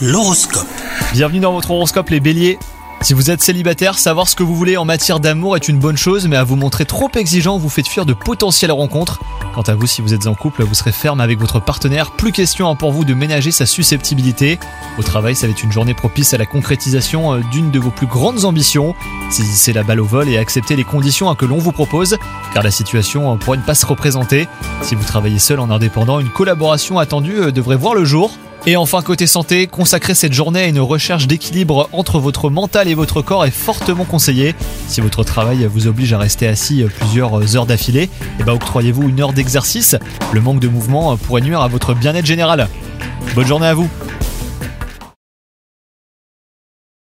L'horoscope. Bienvenue dans votre horoscope les béliers. Si vous êtes célibataire, savoir ce que vous voulez en matière d'amour est une bonne chose, mais à vous montrer trop exigeant vous fait fuir de potentielles rencontres. Quant à vous, si vous êtes en couple, vous serez ferme avec votre partenaire, plus question pour vous de ménager sa susceptibilité. Au travail, ça va être une journée propice à la concrétisation d'une de vos plus grandes ambitions. Saisissez la balle au vol et acceptez les conditions que l'on vous propose, car la situation pourrait ne pas se représenter. Si vous travaillez seul en indépendant, une collaboration attendue devrait voir le jour. Et enfin, côté santé, consacrer cette journée à une recherche d'équilibre entre votre mental et votre corps est fortement conseillé. Si votre travail vous oblige à rester assis plusieurs heures d'affilée, octroyez-vous une heure d'exercice. Le manque de mouvement pourrait nuire à votre bien-être général. Bonne journée à vous!